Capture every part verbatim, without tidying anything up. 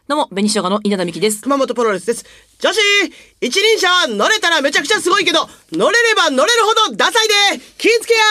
どうも、紅しょうがの稲田美希です。 熊本プロレスです。女子一輪車は乗れたらめちゃくちゃすごいけど、乗れれば乗れるほどダサいで気ぃつけや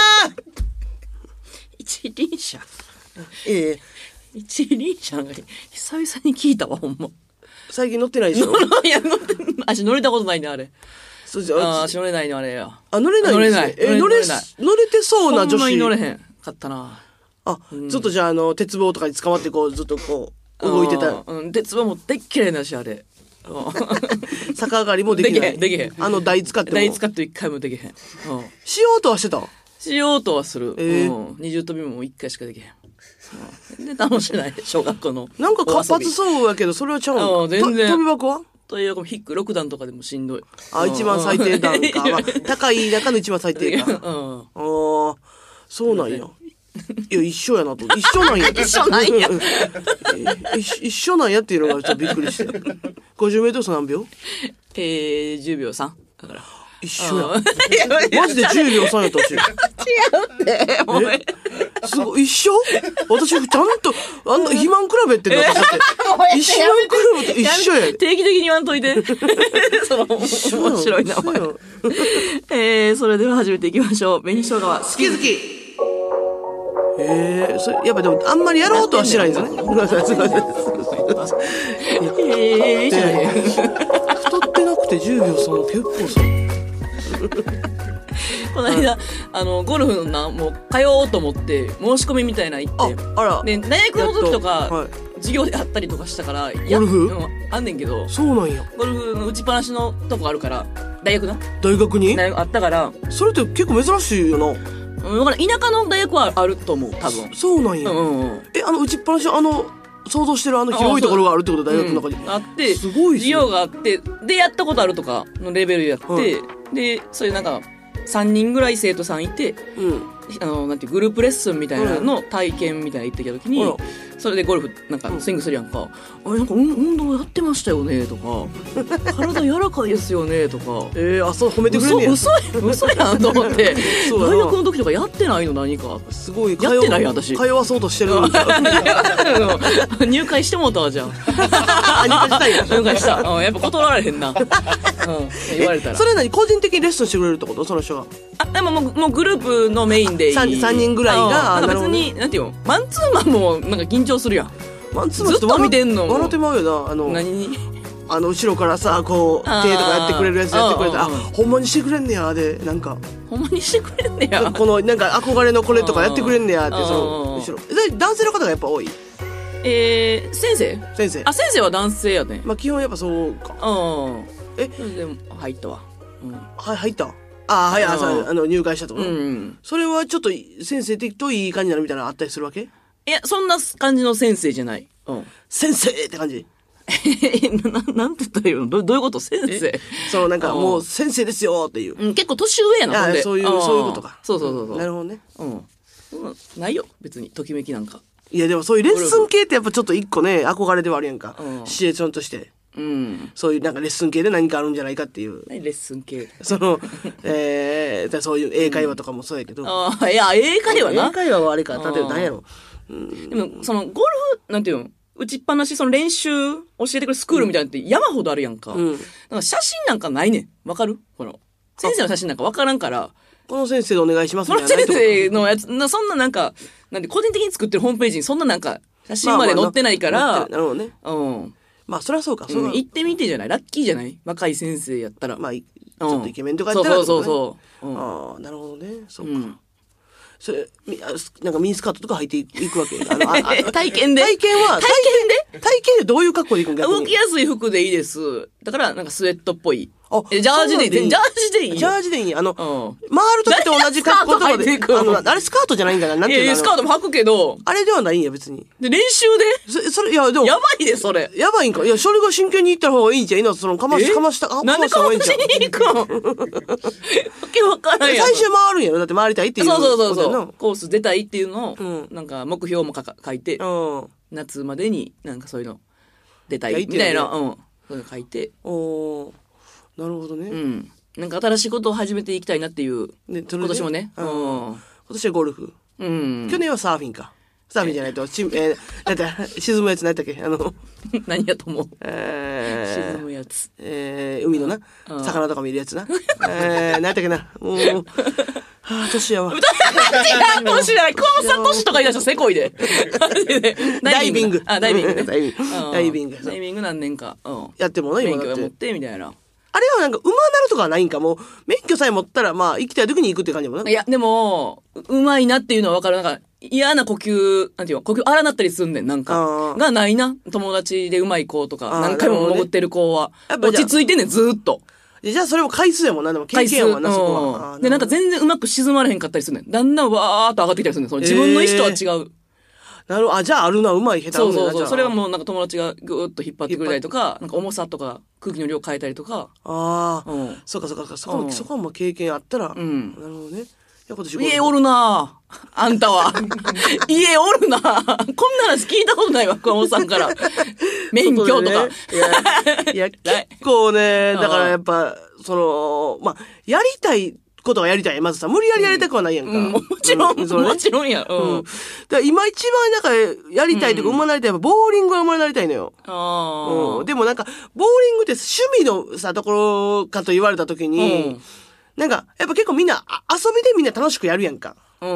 一輪車ええ一輪車が久々に聞いたわ、ほんま。 最近乗ってないでしょいや、乗って、足乗れたことないね、あれ。 そうじゃあ、 足乗れないの、あれや。 あ、乗れないんですね。 乗れない。 え、乗れ、乗れてそうな女子。 ほんまに乗れへんかったな。 あ、うん、ずっとじゃあ、あの、鉄棒とかに捕まってこう、ずっとこう、動いてた。 うん、鉄棒もでっきれいなし、あれ。 逆上がりもできない。 できへん、できへん。 あの台使っても。 台使って一回もできへん。 しようとはしてたしようとはする。 えーうん。二重跳びも一回しかできへん。で、楽しない。小学校の。 なんか活発そうやけど、それはちゃうんだ。全然。 跳び箱はというか、ヒックろく段とかでもしんどい。 あ、一番最低段か。まあ、高い中の一番最低か。うん。ああ、そうなんや。いや、一緒やなと。一緒なんや。 一緒なんや。 一緒なんやっていうのがちょっとびっくりして。ごじゅうメートル走何秒えー、じゅうびょうさん。だから。 一緒や。マジでじゅうびょうさんやったし。違うって。 えすごい、一緒私、ちゃんと、あんな、肥満比べってんだ、私だって。一緒比べと一緒や。 定期的に言わんといて。その、面白いな、お前。えー、それでは始めていきましょう。紅しょうがは好き好き。 ええー、それ、やっぱでも、あんまりやろうとはしないんですよね。 ええー、 太ってなくてじゅうびょうさん結構さ。 この間、あの、ゴルフのな、もう、通おうと思って、申し込みみたいな行って。 あ、あら。 で、大学の時とか、はい、授業であったりとかしたから、 ゴルフあんねんけど。 そうなんや。 ゴルフの打ちっぱなしのとこあるから、大学な。 大学にあったから。 それって結構珍しいよな。 だから田舎の大学はあると思う、多分。 そうなんや。うんうん、え、あの、打ちっぱなし、あの、想像してるあの広いところがあるってこと、大学の中に。 うん、あって、 すごいっすね。 授業があって、で、やったことあるとかのレベルやって、はい、で、そういうなんか、さんにんぐらい生徒さんいて、うん、あの、なんていう、グループレッスンみたいなの体験みたいなの行ってきたときに、うん、それでゴルフ、なんか、スイングするやんか。うん、あれ、なんか、運動やってましたよね、とか、体柔らかいですよね、とか。 えー、あ、そう、褒めてくれんねや。 嘘、嘘、嘘やんと思って。大学の時とかやってないの、何か。 すごい、 やってないやん、私。 通わそうとしてる入会してもうたわ、じゃあ。入会したいよ。 入会した。やっぱ断られへんな。うん、言われたら。 それ何個人的にレッスンしてくれるってことその人が。 あ、でももう、もうグループのメインでいい。 さんにんぐらいが。 別に、なんていうの、マンツーマンもなんか緊張するやん。 マンツーマンずっと見てんの。 笑ってまうよな。あの、 何にあの、後ろからさ、こう、手とかやってくれるやつやってくれたら、あ、ほんまにしてくれんねや、で、なんか。 ほんまにしてくれんねや。 この、なんか憧れのこれとかやってくれんねやって、その、後ろ。男性の方がやっぱ多いえー、先生先生。 あ、先生は男性やね。 まあ、基本やっぱそうか。 うん。 えでも、入ったわ。 うん。はい、入ったああ、はい、あ、そう、あの、入会したところ。うん。それはちょっと、先生的といい感じになるみたいなのあったりするわけいや、そんな感じの先生じゃない。うん。 先生って感じな、なんて言ったらいいのどどういうこと先生そのなんかもう先生ですよっていう。 うん、結構年上やな、ほんで。 そういう、そういうことか。 そうそうそうそう。 なるほどね。 うん。ないよ、別に、ときめきなんか。 いやでもそういうレッスン系ってやっぱちょっと一個ね、憧れではあるやんか。うん、シチュエーションとして。うん。そういうなんかレッスン系で何かあるんじゃないかっていう。 何レッスン系その、えー、そういう英会話とかもそうやけど。うん、 ああ、いや、英会話な。 英会話はあれか、例えば何やろ。 うん、でも、その、ゴルフ、なんていうの打ちっぱなし、その練習教えてくれるスクールみたいなのって山ほどあるやんか。うん。だから写真なんかないねん。わかるこの。先生の写真なんかわからんから。 この先生でお願いしますみたいな。 この先生のやつ、なそんななんか、なんで個人的に作ってるホームページにそんななんか、写真まで載ってないから。まあまあ、 なるほどね。 うん。 まあ、そりゃそうか。 そう、うん、行ってみてじゃないラッキーじゃない若い先生やったら。 まあ、ちょっとイケメンとかやったら、ね。 そうそうそう。 うん、ああ、なるほどね。そうか。うんそれ、なんかミニスカートとか履いていくわけあのああ体験で体験は体験で体験でどういう格好で行くんか動きやすい服でいいです。だから、なんかスウェットっぽい。 あ、 ジャージでいい。ジャージでいい。 ジャージでいい。あの、うん、回るときと同じ格好とかで。あの、あれスカートじゃないんかななんていうのいやいや、スカートも履くけど。 あれではないんや、別に。 で、練習でそ、それ、いや、でも。 やばいで、それ。 やばいんか。いや、それが真剣に行った方がいいんじゃん。いいの、その、かまし、かました、 あ、なんでかましに行くのわけわからんやん。 最初回るんやろだって回りたいっていう。 そうそうそうそう。コース出たいっていうのを、うん、なんか、目標もかか書いて、うん、夏までになんかそういうの、出たいみたいな、うん。そういうの書いて。 おー。なるほどね。 うん。なんか新しいことを始めていきたいなっていう。ね、今年もね。うん。 今年はゴルフ。うん。去年はサーフィンか。 サーフィンじゃないと、ち、えー、だって、沈むやつ何だっけあの、 何やと思う、 えー、 沈むやつ。 えー、海のな、 うん魚とか見るやつな。えー、何だっけな。もう、はぁ、年やわ。 年や、年や、高さ年とか言い出したらせこいで。 ダイビング。 あ、ダイビングね。 ダイビング。ダイビング。 ダイビング何年か。うん。 やってもな、今だって。 免許持って、みたいな。 あれはなんか、馬なるとかはないんかもう、免許さえ持ったら、まあ、行きたい時に行くって感じもな。 いや、でも、うまいなっていうのは分かる。なんか、嫌な呼吸、なんていうの、呼吸荒なったりすんねん、なんか。がないな。友達でうまい子とか、何回も潜ってる子は。落ち着いてんねん、ずーっと。 じゃあそれも回数やもんな、でも経験やもんな、そこは。 で、なんか全然うまく沈まれへんかったりするねん。だんだんわーっと上がってきたりするねん。その自分の意思とは違う。 なるほど。あ、じゃああるな、うまい下手そうそうそう。それはもうなんか友達がぐーっと引っ張ってくれたりとか、なんか重さとか空気の量変えたりとか。 ああ、うん、そうかそうか、そこも、そこはもう経験あったら。うん。なるほどね。 家おるなぁ。あんたは。家おるなぁ。こんな話聞いたことないわ、熊本さんから。免許とか。ね、 いや、いや結構ね、だからやっぱ、その、まあ、やりたいことはやりたい。まずさ、無理やりやりたくはないやんか。うん、 もちろん、うんね、もちろんや。うん。 うん、だから今一番なんかやりたいというか、馬なりたい。やっぱボーリングが馬になりたいのよ。ああ。うん。でもなんか、ボーリングって趣味のさ、ところかと言われたときに、うん、なんか、やっぱ結構みんな、遊びでみんな楽しくやるやんか。うん。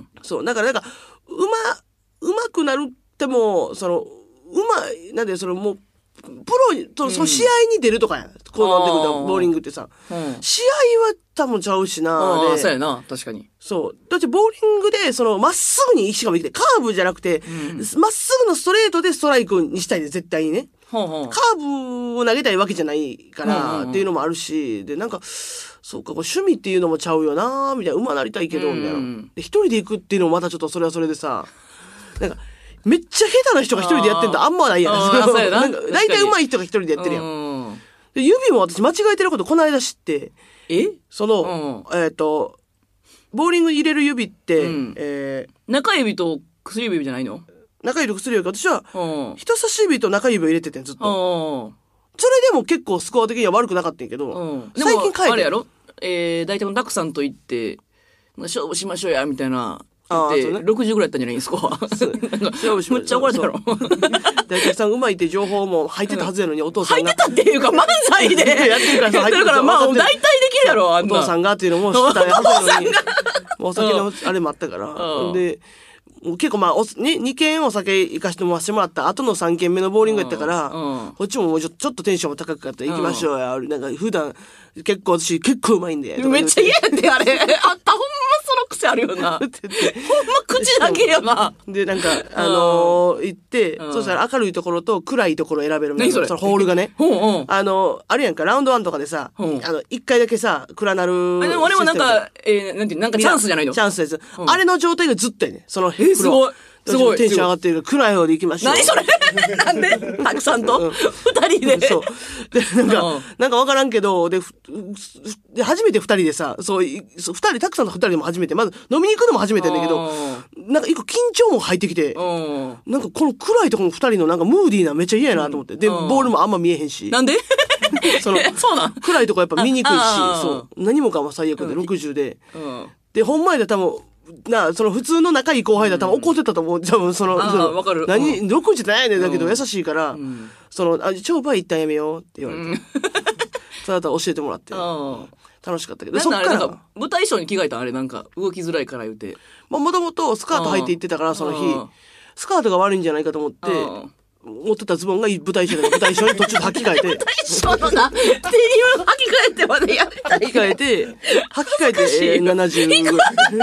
そう。だからなんか、うま、うまくなるっても、その、うまい、なんで、そのもう、プロ、その試合に出るとかや。こうなってくると、ボーリングってさ。うん、試合は多分ちゃうしな。 ああ、そうやな。確かに。 そう。だってボーリングで、その、まっすぐに石が向いて、カーブじゃなくて、ま、うん、っすぐのストレートでストライクにしたいで、絶対にね。ほうほうカーブを投げたいわけじゃないから、っていうのもあるし、で、なんか、そうか、こう趣味っていうのもちゃうよなみたいな。馬なりたいけど、みたいな。で、一人で行くっていうのもまたちょっとそれはそれでさ、なんか、めっちゃ下手な人が一人でやってんとあんまないやん。なんか大体上手い人が一人でやってるやん。で、指も私間違えてることこの間知って、えその、えっと、ボーリングに入れる指って、 え中指と薬指じゃないの？ 中指と薬指私は、人差し指と中指を入れててん、ずっと。それでも結構スコア的には悪くなかったんやけど、最近変えて。 あれやろえー、大体のダクさんと行って、勝負しましょうや、みたいな。で、ね、ろくじゅうぐらいやったんじゃないですか。なんか、むっちゃ怒られたやろ。 大体さんうまいって情報も入ってたはずやのに、お父さんが。入ってたっていうか、漫才で。 やってるからさ、 入ってるから、まあ、大体できるやろ、あんな。 お父さんがっていうのも知ったはずやのに。お酒のあれもあったから。で、結構まあ、おね、にけんお酒行かしてもらってもらった後のさんけんめのボーリングやったから、こっちももうちょっとテンションも高くかったら行きましょうや。なんか普段、結構私結構うまいんで。 めっちゃ嫌やって、あれ。あったほんまその癖あるよな。ほんま口だけよな。 で、なんか、あのー、行って、そしたら明るいところと暗いところ選べるみたいな。それそのホールがね。あの、あるやんか、ラウンドワンとかでさ、あの、一回だけさ、暗なる。 あれもなんか、えー、なんていう、なんかチャンスじゃないの？ チャンスです。あれの状態がずっとやね。その、 えー、すごい。すごい。 テンション上がってる。暗い方で行きましょう。 何それなんでたくさんと二人で。そう。 で、なんか、なんかわからんけど、で、で、初めて二人でさ、そう、二人、たくさんと二人でも初めて、まず飲みに行くのも初めてやねんけど、なんか一個緊張も入ってきて、なんかこの暗いところの二人のなんかムーディーなめっちゃ嫌やなと思って。で、ボールもあんま見えへんし。 なんでその、 そうなん暗いとこやっぱ見にくいし、そう。何もかも最悪で、ろくじゅうで。で、ほんまやで多分、な、その普通の仲いい後輩だったら怒ってたと思う。多分その、 わかる。 何、ろくじってないねんだけど優しいから、その、あ、超バイ一旦やめようって言われて。そうだったら教えてもらって。楽しかったけど。 そっから。舞台衣装に着替えたあれなんか動きづらいから言うて。 まあもともとスカート履いて行ってたから、その日。スカートが悪いんじゃないかと思って、持ってたズボンが舞台衣装で舞台衣装に途中で履き替えて。 舞台衣装のな、デニム履き替えてまでやりたい。 履き替えて、履き替えてななじゅうぐらい。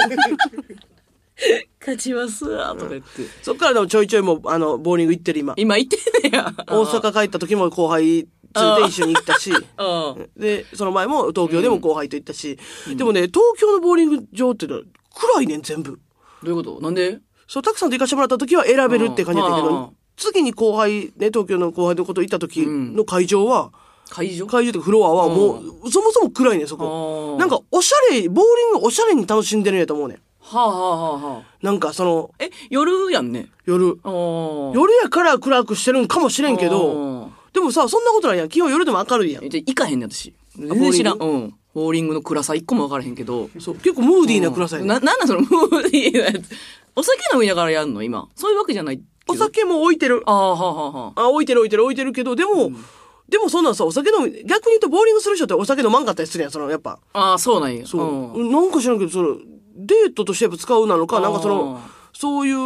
勝ちますわ、とか言って。 そっからでもちょいちょいもう、あの、ボーリング行ってる今。 今行ってんねや。 大阪帰った時も後輩連れて一緒に行ったし、で、その前も東京でも後輩と行ったし、でもね、東京のボーリング場ってのは暗いねん、全部。 どういうことなんで？ そう、たくさんと行かしてもらった時は選べるって感じだったけど、次に後輩、ね、東京の後輩のこと行った時の会場は、 会場会場というかフロアはもう、そもそも暗いねん、そこ。なんか、おしゃれ、ボーリングおしゃれに楽しんでるんやと思うねん。 はあはあはあはあ。 なんかその、 え、夜やんね。 夜。夜やから暗くしてるんかもしれんけど、でもさ、そんなことないやん。基本夜でも明るいやん。 じゃ行かへんねん、私。全然知らん。うん。ボーリングの暗さ一個も分からへんけど。 そう。結構ムーディーな暗さやね。 な、なんなんそのムーディーなやつ。 お酒飲みながらやんの今。そういうわけじゃない。 お酒も置いてる。 ああ、はあ、はあ。あ、置いてる置いてる置いてるけど、でも、うん、でもそんなんさ、お酒飲み、逆に言うとボーリングする人ってお酒飲まんかったりするやん、その、やっぱ。 ああ、そうなんや。 そう。うん、なんか知らんけど、その、デートとしてやっぱ使うなのか、なんかその、そういう、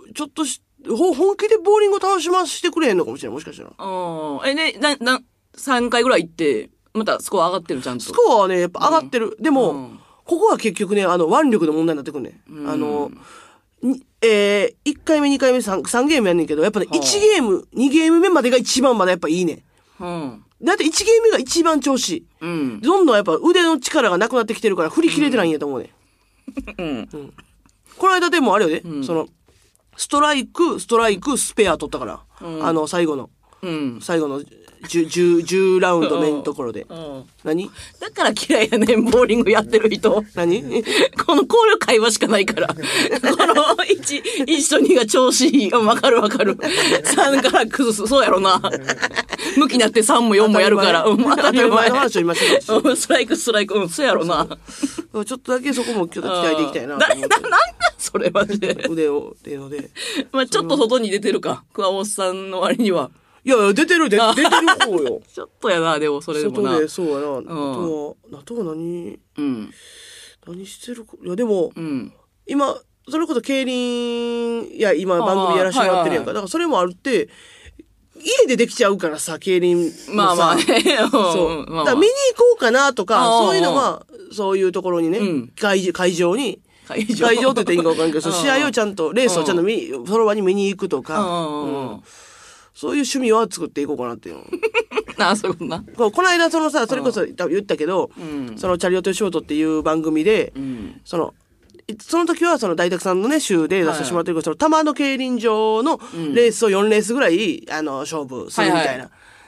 ちょっとし、本気でボーリングを楽しませてくれへんのかもしれない、もしかしたら。 ああ。え、ね、な、な、さんかいぐらい行って、またスコア上がってる、ちゃんと。 スコアはね、やっぱ上がってる。うん、でも、うん、ここは結局ね、あの、腕力の問題になってくるね。うん、あの、えー、いっかいめ、にかいめ、さん、さんゲームやんねんけど、やっぱね、いちゲーム、にゲーム目までが一番まだやっぱいいね。うん。だっていちゲーム目が一番調子いい。うん。どんどんやっぱ腕の力がなくなってきてるから振り切れてないんやと思うね。うん。うん。この間でもあれよね、うん、その、ストライク、ストライク、スペア取ったから。うん、あの、最後の。うん。最後のじゅう、じゅう、じゅうラウンド目のところで。うん。何だから嫌いやねん、ボーリングやってる人。 何この交流会話しかないから。このいち、いちとにが調子いい。わかるわかる。さんから崩す。そうやろな。向きになってさんもよんもやるから。うん、 当たり前の話を今してたし。ストライクストライク。うん、そうやろな。 ちょっとだけそこもちょっと鍛えていきたいな。 な、な、なんだそれマジで。 腕を、っていうので。 まあちょっと外に出てるか。桑本さんの割には。 いやいや、出てる、出てる方よ。 ちょっとやな、でも、それでもな。 外で、そうやな。あとは、あとは何、うん。何してるいや、でも、うん、今、それこそ競輪、いや、今番組やらせてもらってるやんか。だからそれもあるって、家でできちゃうからさ、競輪もさ。 まあまあね。 そう。だから見に行こうかなとか、そういうのは、そういうところにね、うん、会, 会場に、会場会場って言っていいか分からんけど、試合をちゃんと、レースをちゃんと見、その場に見に行くとか、うんそういう趣味は作っていこうかなっていうの。 ああ、そういうことな。 この間、そのさ、それこそ言ったけど、うん、そのチャリオットショートっていう番組で、うん、その、その時はその大沢さんのね、週で出させてもらってるけど、はいはい、その玉の競輪場のレースをよんレースぐらい、うん、あの、勝負するみたいな。はいはい、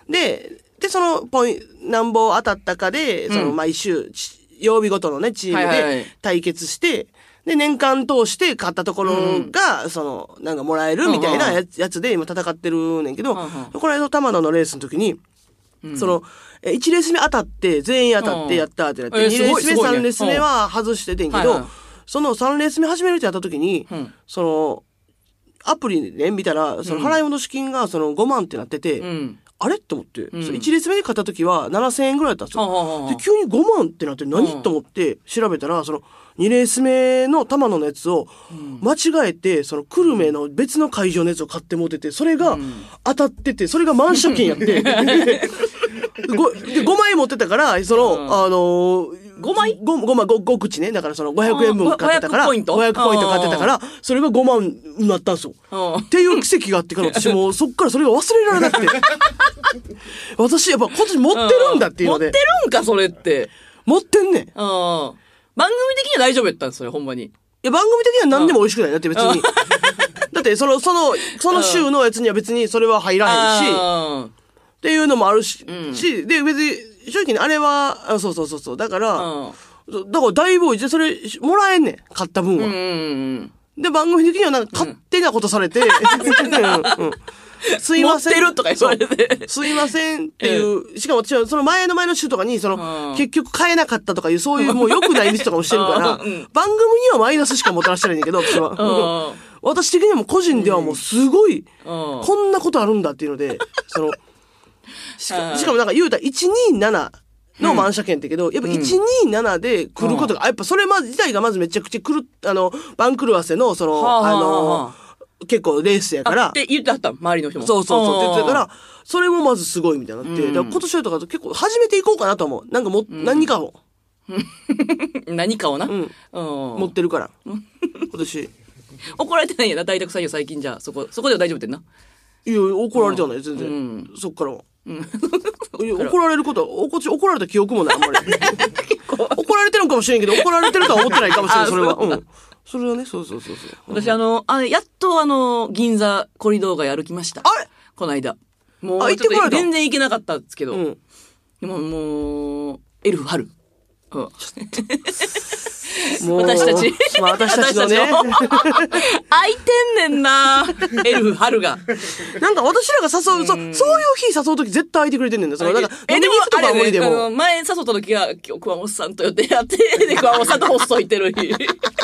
で、で、そのポイント、何本当たったかで、その毎週、曜日ごとのね、チームで対決して、はいはいはいで、年間通して勝ったところが、うん、その、なんかもらえるみたいなやつ、やつで今戦ってるねんけど、うんうん、この間玉野のレースの時に、うん、その、え、いちレース目当たって、全員当たってやったってなって、うん、にレース目、さんレース目は外しててんけど、はいはい、そのさんレース目始めるってやった時に、うん、その、アプリでね、見たら、その払い戻し金がそのごまんってなってて、うんあれって思って、うん、いちレース目で買った時はななせんえんぐらいだったんですよ。はははで、急にごまんってなって何、うん、と思って調べたら、そのにレース目の玉野のやつを間違えて、その久留米の別の会場のやつを買って持ってて、それが当たってて、それが満車券やって、ご, でごまい持ってたから、その、うん、あのー、 ごまい ?ご、ごまい、ご、ご口ね。だからそのごひゃくえんぶん買ってたから、 ごひゃくポイントごひゃくポイント買ってたから、それがごまんになったんですよ。っていう奇跡があってから、私もそっからそれが忘れられなくて。私やっぱ今年持ってるんだっていうので。 持ってるんか、それって。 持ってんねん。 番組的には大丈夫やったんですよ、ほんまに。いや、番組的には何でも美味しくない。だって別に。だってその、その、その週のやつには別にそれは入らへんし、っていうのもあるし、うん、しで、別に、正直にあれは、あそうそうそうそう。だから、うん、だから大ボーイでそれ、もらえんねん。買った分は。うんうんうん、で、番組的にはなんか勝手なことされて、うんうんすいません。 持ってるとか言われて。 すいませんっていう、しかも私はその前の前の週とかに、その、結局買えなかったとかいう、そういうもう良くないミスとかもしてるから、番組にはマイナスしかもたらしてないんだけど、私は。私的にはもう個人ではもうすごい、こんなことあるんだっていうので、その、しか, しかもなんか言うたらいちにななの満車券ってけど、やっぱいちにななで来ることが、やっぱそれま自体がまずめちゃくちゃ来る、あの、番狂わせの、その、あの、結構レースやから。 って言ってはった周りの人も。 そうそうそう。って言ってたから、それもまずすごいみたいになって、うん、だから今年とか結構始めていこうかなと思う。なんかも、うん、何かを。 何かをな。うん。 持ってるから。今年。 怒られてないんやな、大沢さんよ最近じゃあ。そこ、そこでは大丈夫ってんな。 いや、怒られてはない、全然。うん、そっからは。うん、怒られることは、怒られた記憶もない、あんまり。怒られてるかもしれんけど、怒られてるとは思ってないかもしれない、それは。うん。それはね、そうそうそうそう。 私、あの、あやっとあの、銀座コリドー街歩きました。 あれこの間。もう、あ、行ってこられた全然行けなかったんですけど。うん、でも、もう、エルフ春。うん。もう私たち。 まあ、私たちのね。 空いてんねんなエルフ春が。 なんか私らが誘う、そそういう日誘うとき絶対空いてくれてんねんだ。そのなんか飲みに行くとかは無理でも。 あの前誘ったときは、今日桑本さんと予定やって、で、桑本さんと細いてる日。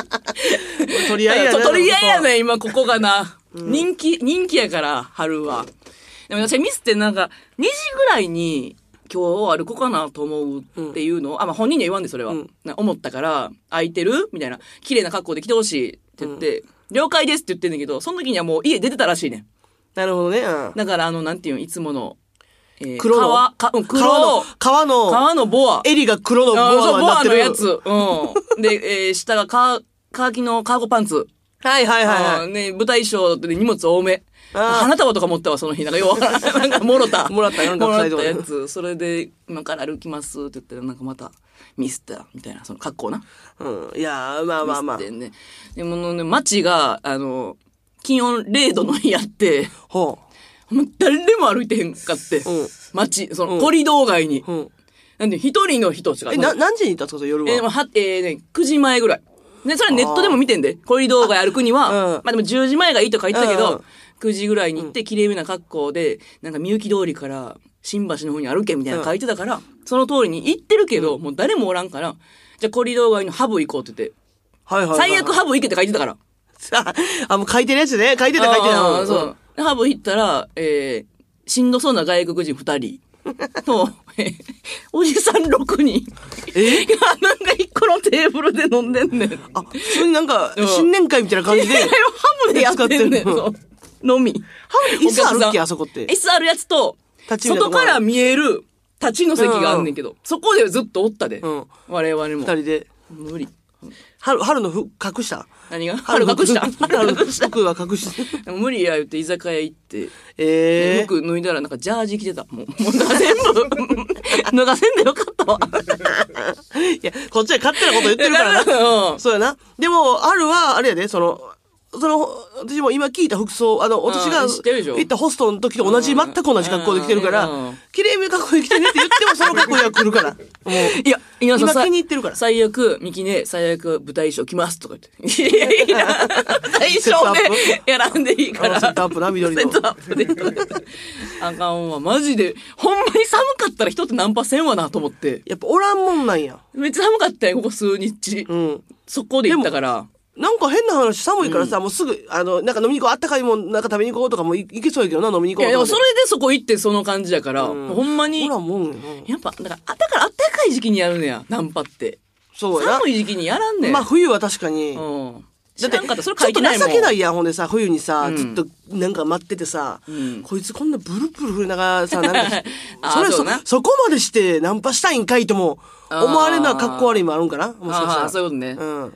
取り合いやね。 取り合いやね、今ここがな。うん、人気、人気やから、春は。でも私ミスってなんか、にじぐらいに、今日歩こうかなと思うっていうのを、うん、あ、まあ、本人には言わんで、それは。うん、思ったから、空いてるみたいな。綺麗な格好で来てほしいって言って、うん、了解ですって言ってんだけど、その時にはもう家出てたらしいね。 なるほどね。うん、 だから、あの、なんていうの、いつもの、えー、 黒の革、か、うん、黒革の、革の、 革のボア。 襟が黒のボアになってる。 ボアのやつ。うん。で、えー、下がカー、カーキのカーゴパンツ。 はいはいはい、はい。 ね、舞台衣装で荷物多め。花束とか持ったわ、その日。なんか、要は、なんか、もろた。 もらった、なんか、 もらったやつ。それで、今から歩きますって言ったら、なんかまた、ミスった、みたいな、その格好な。 うん。いやー、まあまあまあ。 ミスってね。でもね、街が、あの、気温れいどの日やって、 ほう。 もう誰でも歩いてへんかって。うん。街、その、コリドー街に。うん。なんで、一人の人しか。 え、な、何時に行ったんですか、夜は。 えー、は、えー、ね、くじまえぐらい。で、それネットでも見てんで。コリドー街歩くには、うん、まあでもじゅうじまえがいいとか言ってたけど、うん、くじぐらいに行って、綺麗めな格好で、なんか、みゆき通りから、新橋の方に歩けみたいな書いてたから、うん、その通りに行ってるけど、うん、もう誰もおらんから、じゃあコリドー街のハブ行こうって言って。 はいはいはい、はい。 最悪ハブ行けって書いてたから。 あ、あ、もう書いてるやつね。書いてた書いてた。 あ、そう。うん、ハブ行ったら、えー、しんどそうな外国人二人。と、えー、おじさんろくにん。 えなんか一個のテーブルで飲んでんねん。 あ、普通になんか、新年会みたいな感じで。 ハブでやってんねん。そう。飲み。 ハブで椅子あるっけ、あそこって。 椅子あるやつと、外から見える立ちの席があんねんけど、うん、そこでずっとおったで。うん、我々も。 二人で。 無理。 春、春の服隠した何が春隠した春の服は隠した。 無理や言って居酒屋行って。 ええー。 服脱いだらなんかジャージ着てた。もう、もう全部、脱がせんでよかったわ。 いや、こっちは勝手なこと言ってるからな。うん、そうやな。でも、春は、あれやで、その、その、私も今聞いた服装、あの、私が行ったホストの時と同じ、全く同じ格好で来てるから、綺麗め格好で来てねって言ってもその格好では来るから。もういや、今気に入ってるから。 最悪、ミキね、最悪舞台衣装着ますとか言って。いやいや、舞台衣装で選んでいいから。 セットアップな、緑の。 セットアップで。あかんわ、マジで。ほんまに寒かったら人ってナンパせんわなと思って。 やっぱおらんもんなんや。 めっちゃ寒かったよ、ここ数日。うん。そこで行ったから。 なんか変な話、寒いからさ、うん、もうすぐ、あの、なんか飲みに行こう、あったかいもん、なんか食べに行こうとかもいけそうやけどな、飲みに行こうとか。いや、 でもそれでそこ行ってその感じやから、うん、ほんまに。 ほらもんやっぱ、だから、あったからあったかい時期にやるねや、ナンパって。 そうや。 寒い時期にやらんねん。 まあ冬は確かに。 うん。 だって、それ書いてないもん。ちょっと情けないやん、ほんでさ、冬にさ、うん、ずっとなんか待っててさ、うん、こいつこんなブルブル振りながらさ、なんか、それそ、そこまでしてナンパしたいんかいとも、思われるのは格好悪いもあるんかな、もしかしたら。 ああ、そういうことね。 うん。 うん、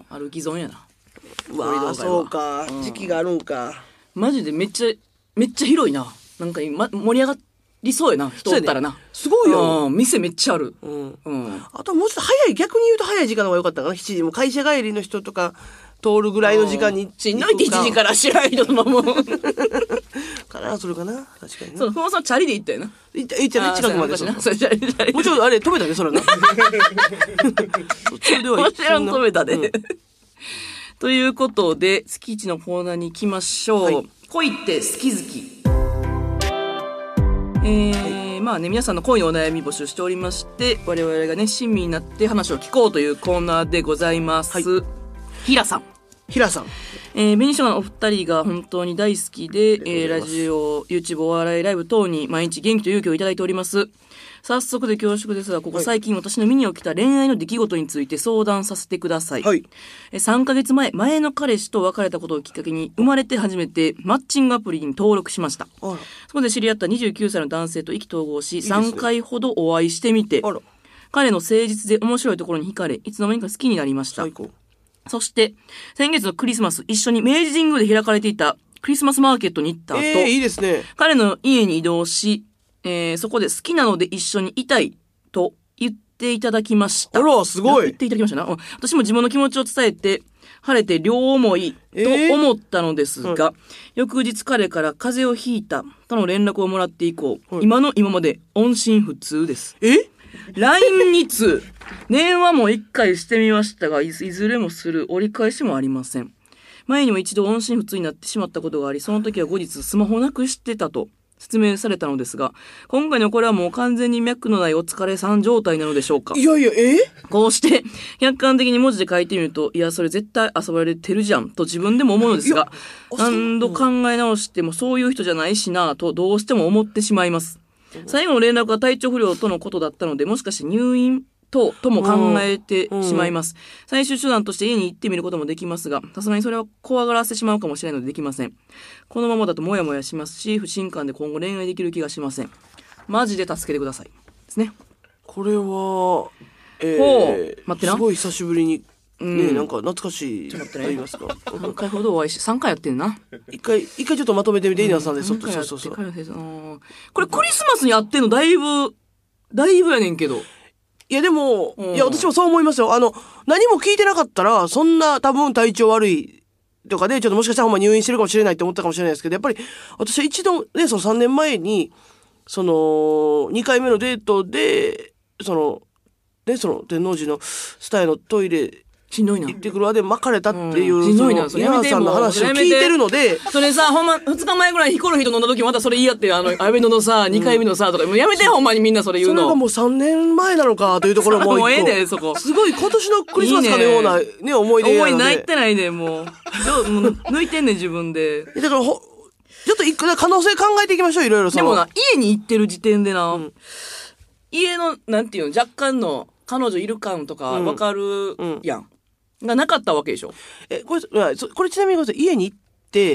歩き損やな。 わあ、そうか、うん。時期があるんか。 マジでめっちゃ、めっちゃ広いな。なんか今、盛り上がりそうやな、人おったらな。ね、 すごいよ。 うん、店めっちゃある。 うん。うん。あともうちょっと早い、逆に言うと早い時間の方が良かったかな。しちじも会社帰りの人とか通るぐらいの時間に。 しんどいっていちじから知らん人とも。 かな、それかな。確かに。 そう、ふまさんチャリで行ったよな。 行った、行ったね、近くまで。 そうな。それチャリ、チャリ。 もちろん、あれ、止めたね、それな。 そっちではもちろん止めたで。うんということで、月一のコーナーに行きましょう。はい、恋って好き好き。えー、はい、まあね、皆さんの恋のお悩み募集しておりまして、我々がね、親身になって話を聞こうというコーナーでございます。はい、ひらさん。 ひらさん。 えー、紅しょうがのお二人が本当に大好きで、えー、ラジオ、YouTube、お笑いライブ等に毎日元気と勇気をいただいております。早速で恐縮ですが、ここ最近私の身に起きた恋愛の出来事について相談させてください。はい、さんかげつまえ、前の彼氏と別れたことをきっかけに、生まれて初めてマッチングアプリに登録しました。そこで知り合ったにじゅうきゅうさいの男性と意気投合し、いいさんかいほどお会いしてみて、彼の誠実で面白いところに惹かれ、いつの間にか好きになりました。最高。そして、先月のクリスマス、一緒に明治神宮で開かれていたクリスマスマーケットに行った後、 えー、いいですね。 彼の家に移動し、えー、そこで好きなので一緒にいたいと言っていただきました。 あら、すごい。 言っていただきましたな。私も自分の気持ちを伝えて、晴れて両思いと思ったのですが、えーうん、翌日彼から風邪をひいたとの連絡をもらって以降、はい、今の今まで音信不通です。 えライン に通、電話も一回してみましたが、いずれもする折り返しもありません。前にも一度音信不通になってしまったことがあり、その時は後日スマホなくしてたと説明されたのですが、今回のこれはもう完全に脈のないお疲れさん状態なのでしょうか。 いやいや、えこうして、客観的に文字で書いてみると、いや、それ絶対遊ばれてるじゃん、と自分でも思うのですが、何度考え直してもそういう人じゃないしなぁ、とどうしても思ってしまいます。最後の連絡は体調不良とのことだったので、もしかして入院と、とも考えてしまいます。最終手段として家に行ってみることもできますが、さすがにそれは怖がらせてしまうかもしれないのでできません。このままだとモヤモヤしますし、不信感で今後恋愛できる気がしません。マジで助けてください。ですね。 これは、えー、 ほう待ってな。 すごい久しぶりに、ね、うん、なんか懐かしい。 ちょっと待ってね。言いますか。さんかいほどお会いし、さんかいやってんな。 一回、一回ちょっとまとめてみて、稲田さんで、そっと、そうそうそう。 これクリスマスにやってんのだいぶ、だいぶやねんけど。 いやでも、うん、いや私もそう思いますよ。あの、何も聞いてなかったら、そんな多分体調悪いとかで、ちょっともしかしたらほんま入院してるかもしれないって思ったかもしれないですけど、やっぱり私は一度ね、そのさんねんまえに、その、にかいめのデートで、その、ね、その天王寺のスタイのトイレ、 しんどいな。 行ってくるわで巻かれたっていう、 うん、しんどいな。 その、稲田さんの話を聞いてるので。 それさ、ほんま、二日前ぐらいヒコロヒーと飲んだ時またそれ言い合って、あの、アベノのさ、二回目のさ、とか、もうやめてほんまにみんなそれ言うの。 それがもうさんねんまえなのか、というところも。 もうええで、そこ。 すごい今年のクリスマスかのような、ね、ね思い出やので。 思い泣いてないで、もう。もう抜いてんねん、自分で。 だからほ、ちょっと一個、可能性考えていきましょう、いろいろ。 でもな、家に行ってる時点でな、うん、家の、なんていうの、若干の彼女いる感とかわかるやん。うんうんがなかったわけでしょ。 え、これ、これちなみに家に行って、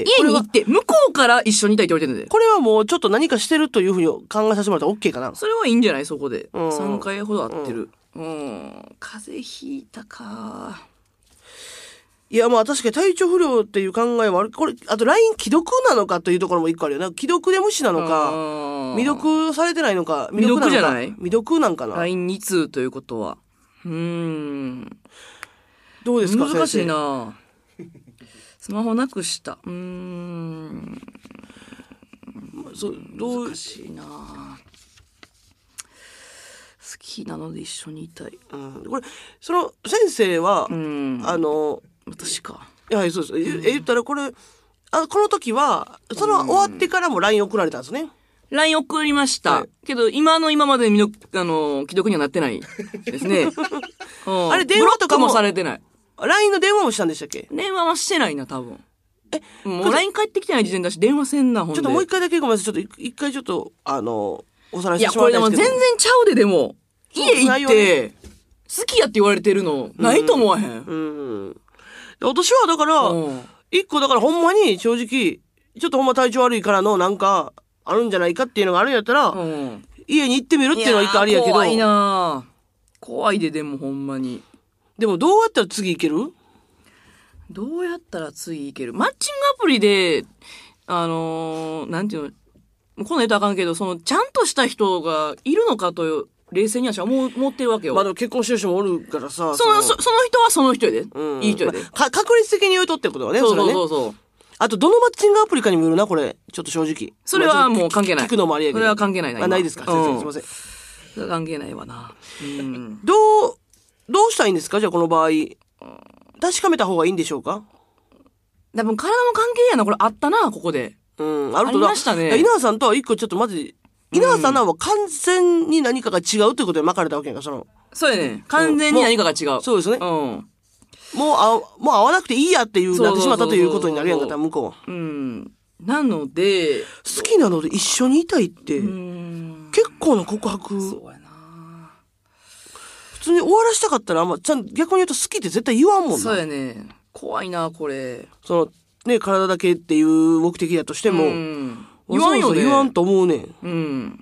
家に行って、向こうから一緒にいたいって言われてるんで。 これはもうちょっと何かしてるというふうに考えさせてもらったら OK かな。 それはいいんじゃないそこで。うん、さんかいほど会ってる。うん。うん風邪ひいたか。 いや、まあ確かに体調不良っていう考えはある。これ、あと ライン 既読なのかというところも一個あるよな。既読で無視なのか、未読されてないのか、 未読じゃない未読なんかな。 ラインに 通ということは。うーん。 どうですか難しいなスマホなくした。うーん。 そどう難しいな好きなので一緒にいたい。 うん。これ、その先生は、 うん、 あの、 私か。 いや、そうです。うん、え、言ったらこれ、あこの時は、その終わってからも ライン 送られたんですね。 ライン 送りました。はい、けど、今の今までの、あの、既読にはなってないですね。 あれ、電話とかも。 もされてない。 ライン の電話もしたんでしたっけ？ 電話はしてないな、多分。え、もう ライン 返ってきてない時点だし、電話せんな、ほんで。 ちょっともう一回だけごめんなさい。ちょっと一回ちょっと、あの、おさらいさせてもらいたいんですけど。いや、これでも全然ちゃうで、でも。家行って、好きやって言われてるの、ないと思わへん。うん。 うん、私はだから、一個だからほんまに正直、ちょっとほんま体調悪いからのなんか、あるんじゃないかっていうのがあるんやったら、うん、家に行ってみるっていうのは一個ありやけど。 怖いな怖いで、でもほんまに。 でもどうやったら次行ける？ どうやったら次行ける？マッチングアプリで、あのー、なんていうの、こんなん言うとあかんけど、その、ちゃんとした人がいるのかと、冷静には思う、思ってるわけよ。 まあでも結婚してる人もおるからさ。 その、そ, その人はその人やで。うん、いい人やで、まあ。確率的に言うとってことはね。 そうそうそうそう。 あと、どのマッチングアプリかにもよるな、これ。ちょっと正直。 それはもう関係ない。 聞くのもありやけど。 それは関係ないな。 あ、ないですか。先生、すいません。 それは関係ないわな。 うん。どう、どうしたいんですかじゃあこの場合。確かめた方がいいんでしょうか？ 多分体の関係やな、これあったな、ここで。 うん、あるとだ。 ありましたね。 稲葉さんとは一個ちょっとまず、稲葉さんは完全に何かが違うということで巻かれたわけやんか、その。 そうやね。完全に何かが違う。 うそうですね。うん。もうあ、もう会わなくていいやっていう、なってしまったということになるやんか、向こうは。 うん。なので、 好きなので一緒にいたいって、結構な告白。 そうやな。 普通に終わらしたかったら、あんま、ちゃん逆に言うと好きって絶対言わんもんな。 そうやね。怖いな、これ。 その、ね、体だけっていう目的だとしても、 言わんよね。 言わんと思うね。 うん。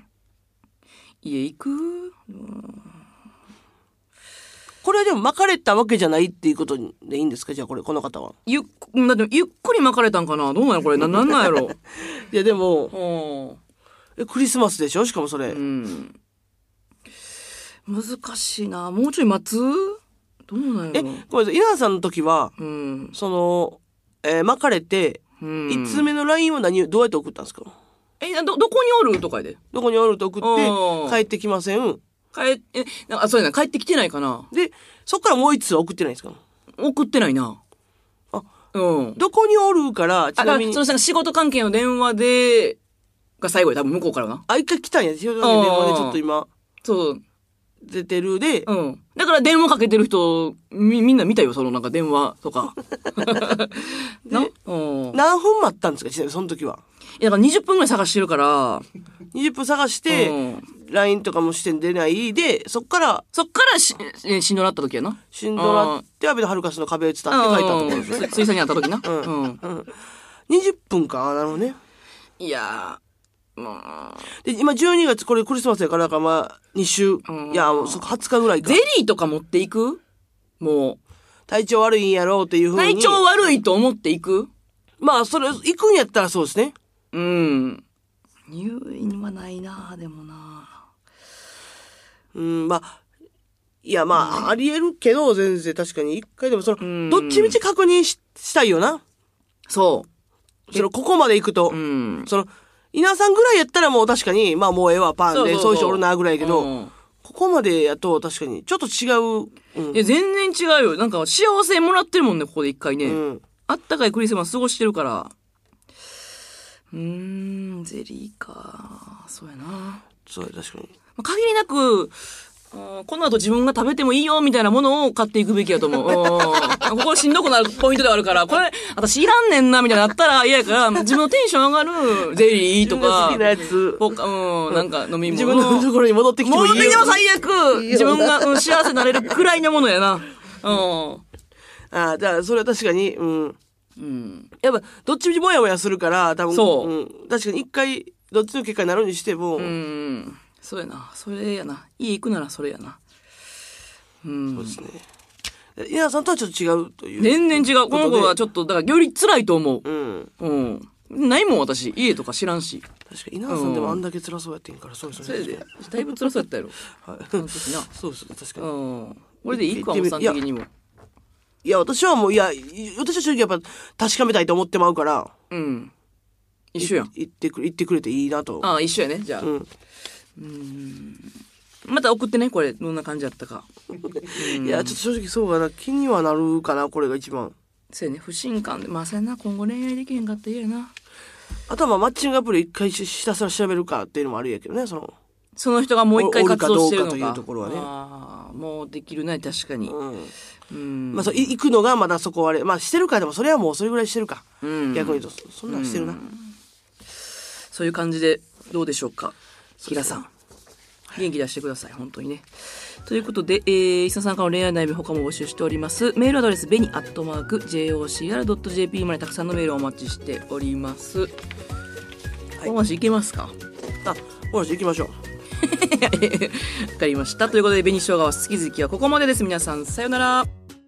家行く、うん、 これはでも巻かれたわけじゃないっていうことでいいんですかじゃあこれ、この方は。 ゆっ、だってゆっくり巻かれたんかなどうなのこれ。な、なんなんやろいやでも、え、クリスマスでしょしかもそれ。うん。 難しいな。もうちょい待つどうなんやろ。 え、ごめんなさい。稲田さんの時は、うん、その、えー、巻かれて、うん、いつつめの ライン を何、どうやって送ったんですか？ え、ど、どこにおるとかで。 どこにおると送って、帰ってきません。 帰、え、あ、そうやな、帰ってきてないかな。 で、そっからもう一つは送ってないんですか？ 送ってないな。 あ、うん。どこにおるから、ちなみに。 あ、その仕事関係の電話で、 が最後や、多分向こうからな。 あ、一回来たんや。電話でちょっと今。 そう。 出てるで。 うん。だから電話かけてる人、み、みんな見たよ、そのなんか電話とか。 なうん。何分待ったんですか、ちなみにその時は。 いや、だからにじゅっぷんぐらい探してるから。 にじゅっぷん探して、うん、ライン とかもして出ないで、そっから。 そっからし、しんどなった時やな。 しんどなって、アベノハルカスの壁を伝って書いたと思うんですね。 水産にあった時な。 うん。うん。うん、にじゅっぷんか、なるほどね。 いやー、まあ。 で、今じゅうにがつ、これクリスマスやから、まあ、に週。いや、もうそはつかぐらいか。 ゼリーとか持っていくもう。 体調悪いんやろうっていうふうに。 体調悪いと思っていくまあ、それ、行くんやったらそうですね。 うん。入院はないなでもなうん、まあ、いや、まあ、うん、あり得るけど、全然確かに。一回でも、その、どっちみち確認 し, したいよな。 そう。 その、ここまで行くと。うん、その、稲さんぐらいやったらもう確かに、まあもうええわ、パンで、そういう人おるな、ぐらいやけど、うん、ここまでやと確かに、ちょっと違う。 うん、いや、全然違うよ。なんか、幸せもらってるもんね、ここで一回ね。うん、あったかいクリスマス過ごしてるから。うーん、ゼリーか。そうやな。 そうや、確かに。 限りなく、この後自分が食べてもいいよみたいなものを買っていくべきやと思う。ここしんどくなるポイントではあるから、これ、私いらんねんなみたいになったら嫌やから、自分のテンション上がるゼリーとか、 好きなやつ。 うん、なんか飲み物。 自分のところに戻ってきてもいいよ。 戻ってきても最悪自分が、うん、幸せになれるくらいのものやな。うん。 ああ、じゃあ、それは確かに、うん。うん。やっぱ、どっちみちもやもやするから、多分。そう。うん。確かに一回、どっちの結果になるにしても。 うん。そうやな。それやな。家行くならそれやな。 うん。そうですね。稲さんとはちょっと違うという。 全然違う。この子はちょっと、だからより辛いと思う。うん。うん。ないもん、私。家とか知らんし。 確かに、稲さんでもあんだけ辛そうやってんから、そうですね。それで。だいぶ辛そうやったやろ。はい。その時な。 そうですね、確かに。 うん。これでいいか、おっさん的にも。 いや、私はもう、いや、私は正直やっぱ確かめたいと思ってまうから。 うん。一緒やん。 言ってくれ、言ってくれていいなと。 ああ、一緒やね、じゃあ。うん。うんまた送ってね、これ、どんな感じだったか。 いや、ちょっと正直そうかな、気にはなるかな、これが一番。 そうやね、不信感で。まあ、そうやな、今後恋愛できへんかったら嫌やな。 あとはまあ、マッチングアプリ一回ひたすら調べるかっていうのもあるやけどね、その。 その人がもう一回活動してるのか。 おるかどうかというところはね。 ああ、もうできるね、確かに。うん。 うん、まあ、そう、行くのがまだそこはあれ。まあ、してるか、でもそれはもうそれぐらいしてるか。うん。逆に言うと、そんなんしてるな。うん、 そういう感じで、どうでしょうか。平さん。元気出してください、本当にね。ということで、えー、伊佐さんからの恋愛悩み他も募集しております。メールアドレス、ベニアットマーク、ジェイオーシーアールドットジェーピー までたくさんのメールをお待ちしております。はい。お話いけますか？ あ、お話いきましょう。 わかりました。ということで、紅生姜は好き好きはここまでです。皆さん、さよなら。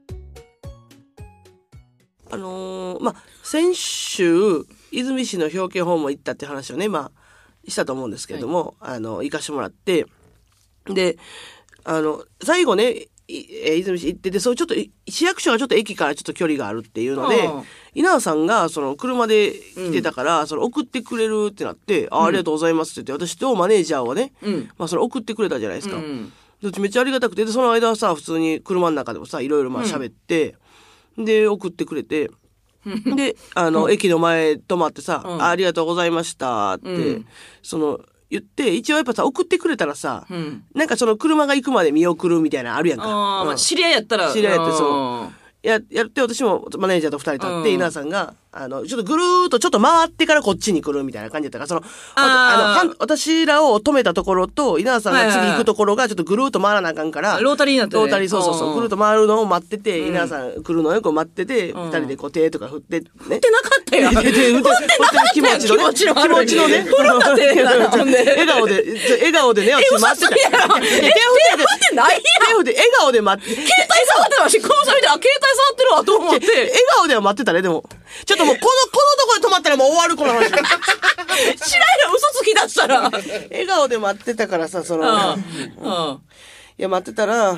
あのー、まあ、先週、泉市の表敬訪問行ったって話をね、まあ、したと思うんですけれども、はい、あの、行かしてもらって、で、あの、最後ね、え泉市行ってて、そうちょっと、市役所がちょっと駅からちょっと距離があるっていうので、稲田さんが、その、車で来てたから、うん、その、送ってくれるってなって、あ、ありがとうございますって言って、私とマネージャーをね、うん、まあ、その、送ってくれたじゃないですか。うん、どっちめっちゃありがたくて、で、その間はさ、普通に車の中でもさ、いろいろまあ喋って、うん、で、送ってくれて、で、あの、うん、駅の前止まってさ、うん、あ、ありがとうございましたって、うん、その、言って、一応やっぱさ、送ってくれたらさ、うん、なんかその車が行くまで見送るみたいなのあるやんか。 あ、うんまあ、知り合いやったら。 知り合いやってそう。や、やって私もマネージャーと二人立って、稲田さんが、あの、ちょっとぐるーっとちょっと回ってからこっちに来るみたいな感じだったから、その、ああの、私らを止めたところと、稲田さんが次行くところがちょっとぐるーっと回らなあかんから、 ロータリーになってね。 ロータリー、そうそうそう、ぐるーっと回るのを待ってて、稲田さん来るのをよく待ってて、二人でこう手とか振って、ね。 振ってなかったよ。振ってなかったよ。 気持ちのね。気持ちの気持ちのね。振るな手だほんで。 笑顔で、笑顔でね、 私待ってた。え、手振ってないやん。 手振って、笑顔で待って。 携帯触ってたし、この人見て、あ、携帯触ってるわと思って。 笑顔では待ってたね、でも。ちょっともう、この、このところで止まったらもう終わる、この話。知らんよ、 嘘つきだったら。 笑顔で待ってたからさ、その、うん、いや、待ってたら、うん、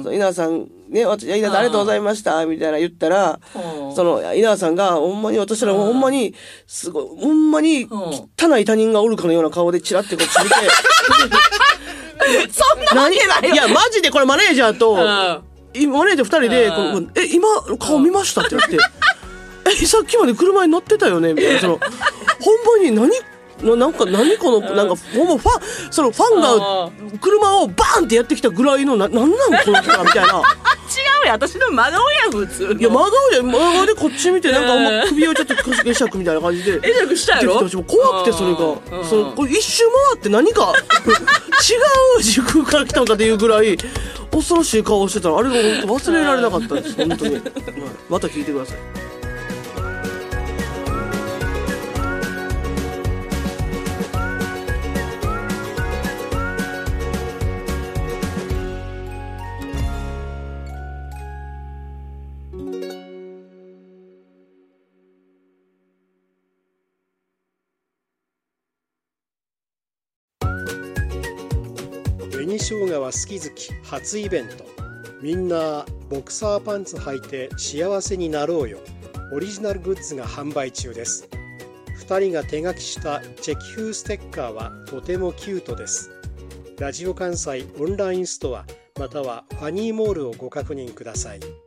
稲田さん、ね、稲田さんありがとうございました、みたいな言ったら、その、稲田さんが、ほんまに、私らほんまに、すごい、ほんまに、汚い他人がおるかのような顔でチラってこっち見て、 そんなわけないよ。 いや、マジでこれマネージャーと、マネージャー二人で、このえ、今、顔見ましたって言って、え、さっきまで車に乗ってたよねみたいな、その、ほんまに何、 ななんか何このなんかほんまファンそのファンが車をバーンってやってきたぐらいのななんなんこの人はみたいな違うや私の真顔や普通のいや真顔や真顔でこっち見てなんかほんま首をちょっと会釈みたいな感じで会釈したやろ怖くてそれがそのこれ一周回って何か違う時空から来たのかっていうぐらい恐ろしい顔をしてたらあれが本当忘れられなかったです本当に、はい、また聞いてください。 紅生姜は好き好き初イベントみんなボクサーパンツ履いて幸せになろうよオリジナルグッズが販売中です。ふたりが手書きしたチェキ風ステッカーはとてもキュートです。ラジオ関西オンラインストアまたはファニーモールをご確認ください。